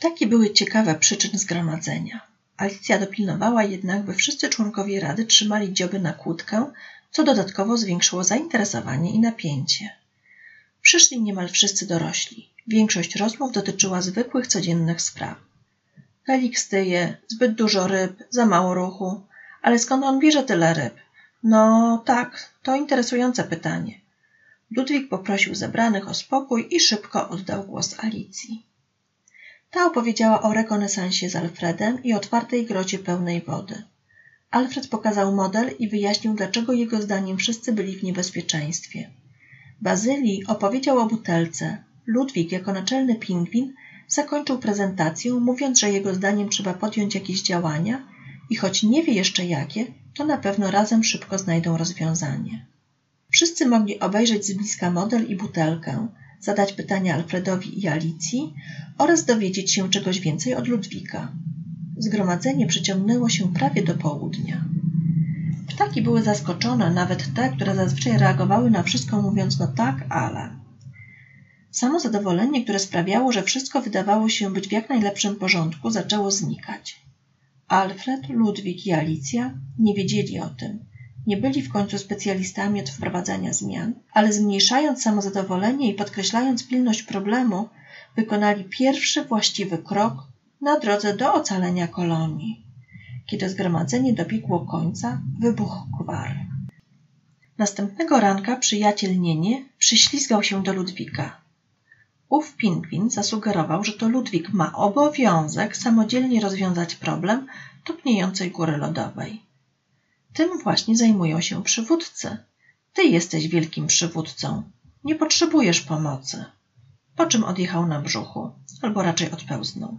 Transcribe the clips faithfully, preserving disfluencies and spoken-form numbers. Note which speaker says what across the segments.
Speaker 1: Takie były ciekawe przyczyn zgromadzenia. Alicja dopilnowała jednak, by wszyscy członkowie Rady trzymali dzioby na kłódkę, co dodatkowo zwiększyło zainteresowanie i napięcie. Przyszli niemal wszyscy dorośli. Większość rozmów dotyczyła zwykłych, codziennych spraw. Felix tyje, zbyt dużo ryb, za mało ruchu. Ale skąd on bierze tyle ryb? No tak, to interesujące pytanie. Ludwik poprosił zebranych o spokój i szybko oddał głos Alicji. Ta opowiedziała o rekonesansie z Alfredem i otwartej grocie pełnej wody. Alfred pokazał model i wyjaśnił, dlaczego jego zdaniem wszyscy byli w niebezpieczeństwie. Bazylii opowiedział o butelce. Ludwik, jako naczelny pingwin, zakończył prezentację, mówiąc, że jego zdaniem trzeba podjąć jakieś działania i choć nie wie jeszcze jakie, to na pewno razem szybko znajdą rozwiązanie. Wszyscy mogli obejrzeć z bliska model i butelkę, zadać pytania Alfredowi i Alicji oraz dowiedzieć się czegoś więcej od Ludwika. Zgromadzenie przeciągnęło się prawie do południa. Ptaki były zaskoczone, nawet te, które zazwyczaj reagowały na wszystko, mówiąc no tak, ale. Samo zadowolenie, które sprawiało, że wszystko wydawało się być w jak najlepszym porządku, zaczęło znikać. Alfred, Ludwik i Alicja nie wiedzieli o tym. Nie byli w końcu specjalistami od wprowadzania zmian, ale zmniejszając samozadowolenie i podkreślając pilność problemu, wykonali pierwszy właściwy krok na drodze do ocalenia kolonii. Kiedy zgromadzenie dobiegło końca, wybuchł gwar. Następnego ranka przyjaciel Nienie przyślizgał się do Ludwika. Ów pingwin zasugerował, że to Ludwik ma obowiązek samodzielnie rozwiązać problem topniejącej góry lodowej. Tym właśnie zajmują się przywódcy. Ty jesteś wielkim przywódcą. Nie potrzebujesz pomocy. Po czym odjechał na brzuchu, albo raczej odpełznął.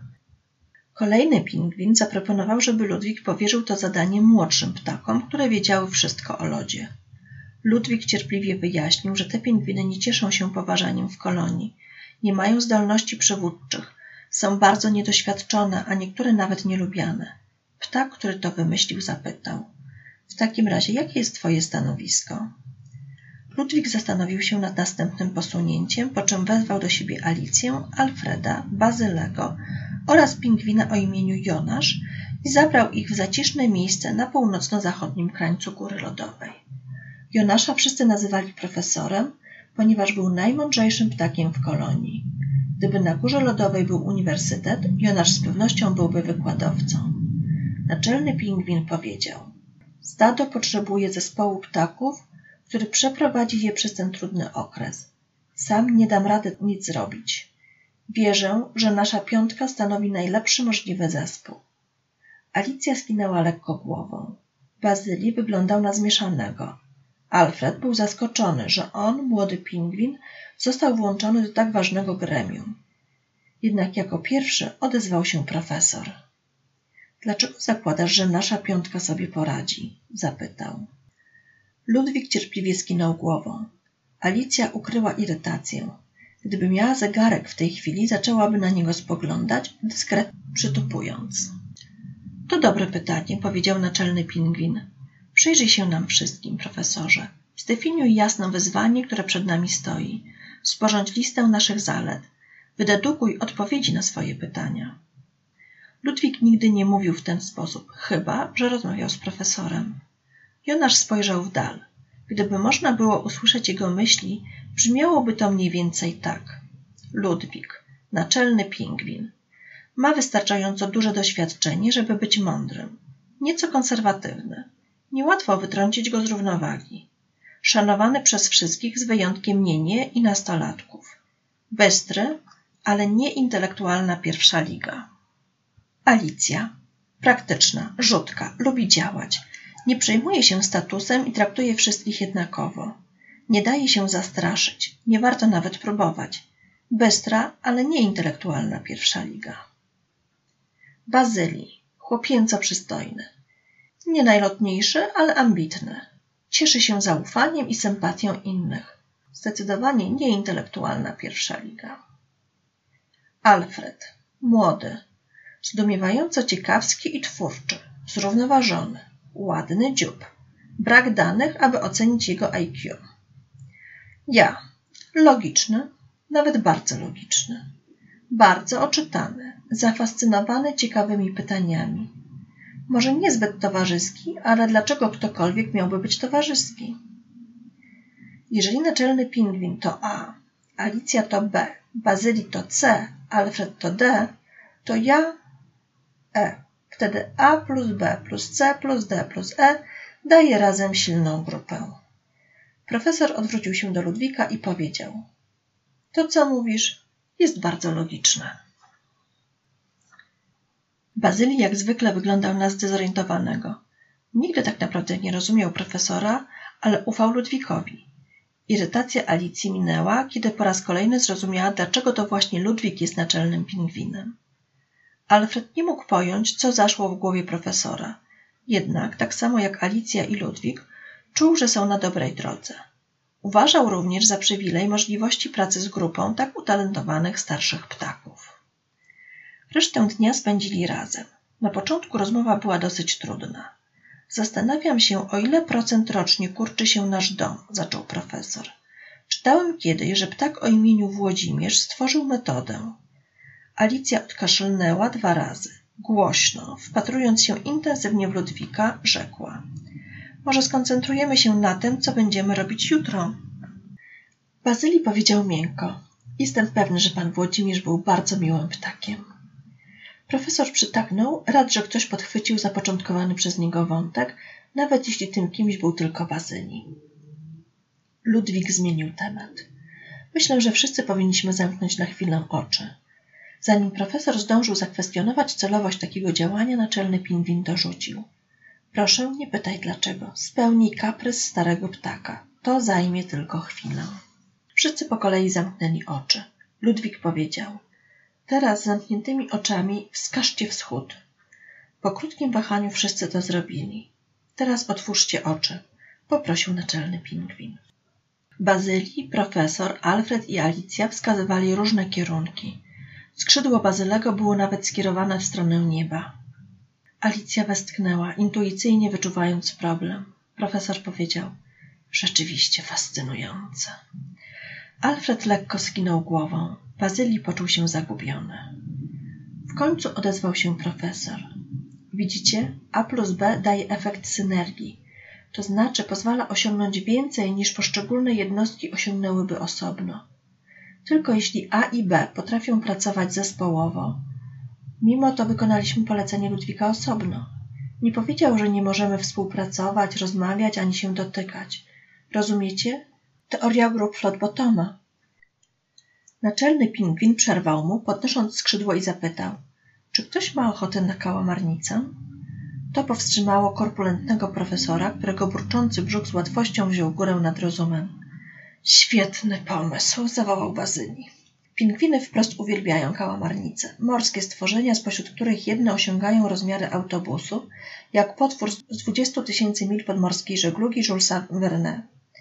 Speaker 1: Kolejny pingwin zaproponował, żeby Ludwik powierzył to zadanie młodszym ptakom, które wiedziały wszystko o lodzie. Ludwik cierpliwie wyjaśnił, że te pingwiny nie cieszą się poważaniem w kolonii, nie mają zdolności przywódczych, są bardzo niedoświadczone, a niektóre nawet nielubiane. Ptak, który to wymyślił, zapytał: w takim razie, jakie jest twoje stanowisko? Ludwik zastanowił się nad następnym posunięciem, po czym wezwał do siebie Alicję, Alfreda, Bazylego oraz pingwina o imieniu Jonasz i zabrał ich w zaciszne miejsce na północno-zachodnim krańcu góry lodowej. Jonasza wszyscy nazywali profesorem, ponieważ był najmądrzejszym ptakiem w kolonii. Gdyby na górze lodowej był uniwersytet, Jonasz z pewnością byłby wykładowcą. Naczelny pingwin powiedział: stado potrzebuje zespołu ptaków, który przeprowadzi je przez ten trudny okres. Sam nie dam rady nic zrobić. Wierzę, że nasza piątka stanowi najlepszy możliwy zespół. Alicja skinęła lekko głową. Bazylii wyglądał na zmieszanego. Alfred był zaskoczony, że on, młody pingwin, został włączony do tak ważnego gremium. Jednak jako pierwszy odezwał się profesor. Dlaczego zakładasz, że nasza piątka sobie poradzi? Zapytał. Ludwik cierpliwie skinął głową. Alicja ukryła irytację. Gdyby miała zegarek w tej chwili, zaczęłaby na niego spoglądać, dyskretnie przytupując. To dobre pytanie, powiedział naczelny pingwin. Przyjrzyj się nam wszystkim, profesorze. Zdefiniuj jasno wyzwanie, które przed nami stoi. Sporządź listę naszych zalet. Wydedukuj odpowiedzi na swoje pytania. Ludwik nigdy nie mówił w ten sposób, chyba że rozmawiał z profesorem. Jonasz spojrzał w dal. Gdyby można było usłyszeć jego myśli, brzmiałoby to mniej więcej tak. Ludwik, naczelny pingwin, ma wystarczająco duże doświadczenie, żeby być mądrym. Nieco konserwatywny. Niełatwo wytrącić go z równowagi. Szanowany przez wszystkich z wyjątkiem Nienie i nastolatków. Bystry, ale nie intelektualna pierwsza liga. Alicja. Praktyczna, rzutka, lubi działać. Nie przejmuje się statusem i traktuje wszystkich jednakowo. Nie daje się zastraszyć, nie warto nawet próbować. Bystra, ale nie intelektualna pierwsza liga. Bazylii. Chłopięco przystojny. Nie najlotniejszy, ale ambitny. Cieszy się zaufaniem i sympatią innych. Zdecydowanie nie intelektualna pierwsza liga. Alfred. Młody. Zdumiewająco ciekawski i twórczy. Zrównoważony. Ładny dziób. Brak danych, aby ocenić jego I Q. Ja. Logiczny. Nawet bardzo logiczny. Bardzo oczytany. zafascynowany ciekawymi pytaniami. Może niezbyt towarzyski, ale dlaczego ktokolwiek miałby być towarzyski? Jeżeli naczelny pingwin to A, Alicja to B, Bazyli to C, Alfred to D, to ja E. Wtedy A plus B plus C plus D plus E daje razem silną grupę. Profesor odwrócił się do Ludwika i powiedział: to, co mówisz, jest bardzo logiczne. Bazyli jak zwykle wyglądał na zdezorientowanego. Nigdy tak naprawdę nie rozumiał profesora, ale ufał Ludwikowi. Irytacja Alicji minęła, kiedy po raz kolejny zrozumiała, dlaczego to właśnie Ludwik jest naczelnym pingwinem. Alfred nie mógł pojąć, co zaszło w głowie profesora. Jednak, tak samo jak Alicja i Ludwik, czuł, że są na dobrej drodze. Uważał również za przywilej możliwości pracy z grupą tak utalentowanych starszych ptaków. Resztę dnia spędzili razem. Na początku rozmowa była dosyć trudna. Zastanawiam się, o ile procent rocznie kurczy się nasz dom, zaczął profesor. Czytałem kiedyś, że ptak o imieniu Włodzimierz stworzył metodę. Alicja odkaszlnęła dwa razy. Głośno, wpatrując się intensywnie w Ludwika, rzekła: może skoncentrujemy się na tym, co będziemy robić jutro? Bazyli powiedział miękko: jestem pewny, że pan Włodzimierz był bardzo miłym ptakiem. Profesor przytaknął, rad, że ktoś podchwycił zapoczątkowany przez niego wątek, nawet jeśli tym kimś był tylko Bazyli. Ludwik zmienił temat. Myślę, że wszyscy powinniśmy zamknąć na chwilę oczy. Zanim profesor zdążył zakwestionować celowość takiego działania, naczelny pingwin dorzucił: proszę, nie pytaj dlaczego. Spełnij kaprys starego ptaka. To zajmie tylko chwilę. Wszyscy po kolei zamknęli oczy. Ludwik powiedział: teraz z zamkniętymi oczami wskażcie wschód. Po krótkim wahaniu wszyscy to zrobili. Teraz otwórzcie oczy, poprosił naczelny pingwin. Bazyli, profesor, Alfred i Alicja wskazywali różne kierunki. Skrzydło Bazylego było nawet skierowane w stronę nieba. Alicja westchnęła, intuicyjnie wyczuwając problem. Profesor powiedział: rzeczywiście fascynujące. Alfred lekko skinął głową. Bazyli poczuł się zagubiony. W końcu odezwał się profesor. Widzicie, A plus B daje efekt synergii. To znaczy pozwala osiągnąć więcej, niż poszczególne jednostki osiągnęłyby osobno. Tylko jeśli A i B potrafią pracować zespołowo. Mimo to wykonaliśmy polecenie Ludwika osobno. Nie powiedział, że nie możemy współpracować, rozmawiać, ani się dotykać. Rozumiecie? Teoria grup Floatbottoma. Naczelny pingwin przerwał mu, podnosząc skrzydło i zapytał: czy ktoś ma ochotę na kałamarnicę? To powstrzymało korpulentnego profesora, którego burczący brzuch z łatwością wziął górę nad rozumem. Świetny pomysł, zawołał Bazyli. Pingwiny wprost uwielbiają kałamarnice. Morskie stworzenia, spośród których jedne osiągają rozmiary autobusu, jak potwór z dwudziestu tysięcy mil podmorskiej żeglugi Julesa Verne.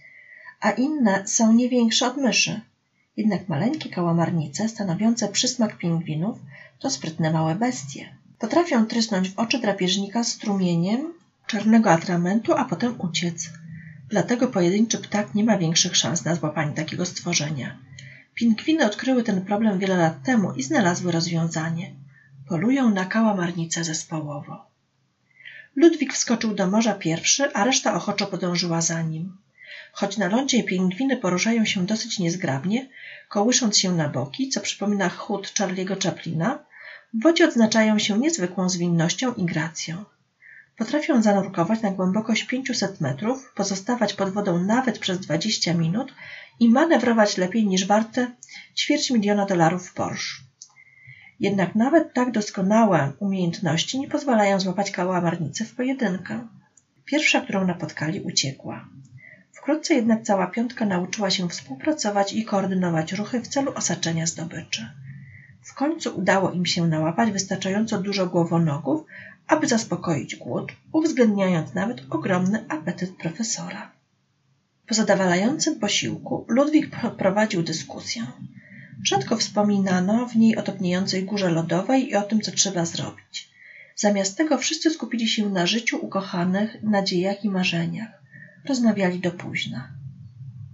Speaker 1: A inne są nie większe od myszy. Jednak maleńkie kałamarnice, stanowiące przysmak pingwinów, to sprytne małe bestie. Potrafią trysnąć w oczy drapieżnika strumieniem czarnego atramentu, a potem uciec. Dlatego pojedynczy ptak nie ma większych szans na złapanie takiego stworzenia. Pingwiny odkryły ten problem wiele lat temu i znalazły rozwiązanie. Polują na kałamarnice zespołowo. Ludwik wskoczył do morza pierwszy, a reszta ochoczo podążyła za nim. Choć na lądzie pingwiny poruszają się dosyć niezgrabnie, kołysząc się na boki, co przypomina chód Charlie'ego Chaplina, w wodzie odznaczają się niezwykłą zwinnością i gracją. Potrafią zanurkować na głębokość pięćset metrów, pozostawać pod wodą nawet przez dwadzieścia minut i manewrować lepiej niż warte ćwierć miliona dolarów Porsche. Jednak nawet tak doskonałe umiejętności nie pozwalają złapać kałamarnicy w pojedynkę. Pierwsza, którą napotkali, uciekła. Wkrótce jednak cała piątka nauczyła się współpracować i koordynować ruchy w celu osaczenia zdobyczy. W końcu udało im się nałapać wystarczająco dużo głowonogów, aby zaspokoić głód, uwzględniając nawet ogromny apetyt profesora. Po zadowalającym posiłku Ludwik prowadził dyskusję. Rzadko wspominano w niej o topniejącej górze lodowej i o tym, co trzeba zrobić. Zamiast tego wszyscy skupili się na życiu ukochanych, nadziejach i marzeniach. Rozmawiali do późna.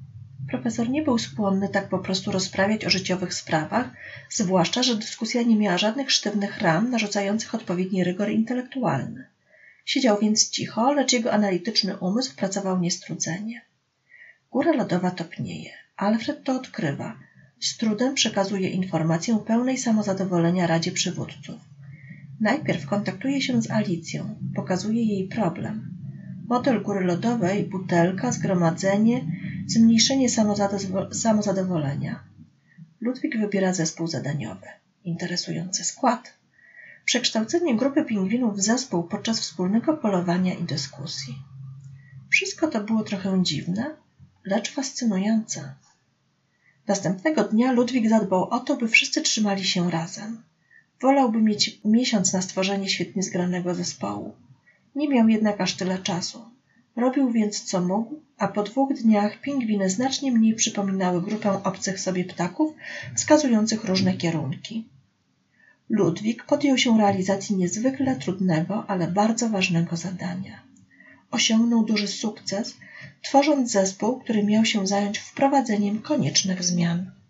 Speaker 1: Profesor nie był skłonny tak po prostu rozprawiać o życiowych sprawach, zwłaszcza, że dyskusja nie miała żadnych sztywnych ram narzucających odpowiedni rygor intelektualny. Siedział więc cicho, lecz jego analityczny umysł pracował niestrudzenie. Góra lodowa topnieje. Alfred to odkrywa. Z trudem przekazuje informację pełnej samozadowolenia Radzie Przywódców. Najpierw kontaktuje się z Alicją, pokazuje jej problem. Model góry lodowej, butelka, zgromadzenie, zmniejszenie samozadowolenia. Ludwik wybiera zespół zadaniowy. Interesujący skład. Przekształcenie grupy pingwinów w zespół podczas wspólnego polowania i dyskusji. Wszystko to było trochę dziwne, lecz fascynujące. Następnego dnia Ludwik zadbał o to, by wszyscy trzymali się razem. Wolałby mieć miesiąc na stworzenie świetnie zgranego zespołu. Nie miał jednak aż tyle czasu. Robił więc co mógł, a po dwóch dniach pingwiny znacznie mniej przypominały grupę obcych sobie ptaków, wskazujących różne kierunki. Ludwik podjął się realizacji niezwykle trudnego, ale bardzo ważnego zadania. Osiągnął duży sukces, tworząc zespół, który miał się zająć wprowadzeniem koniecznych zmian.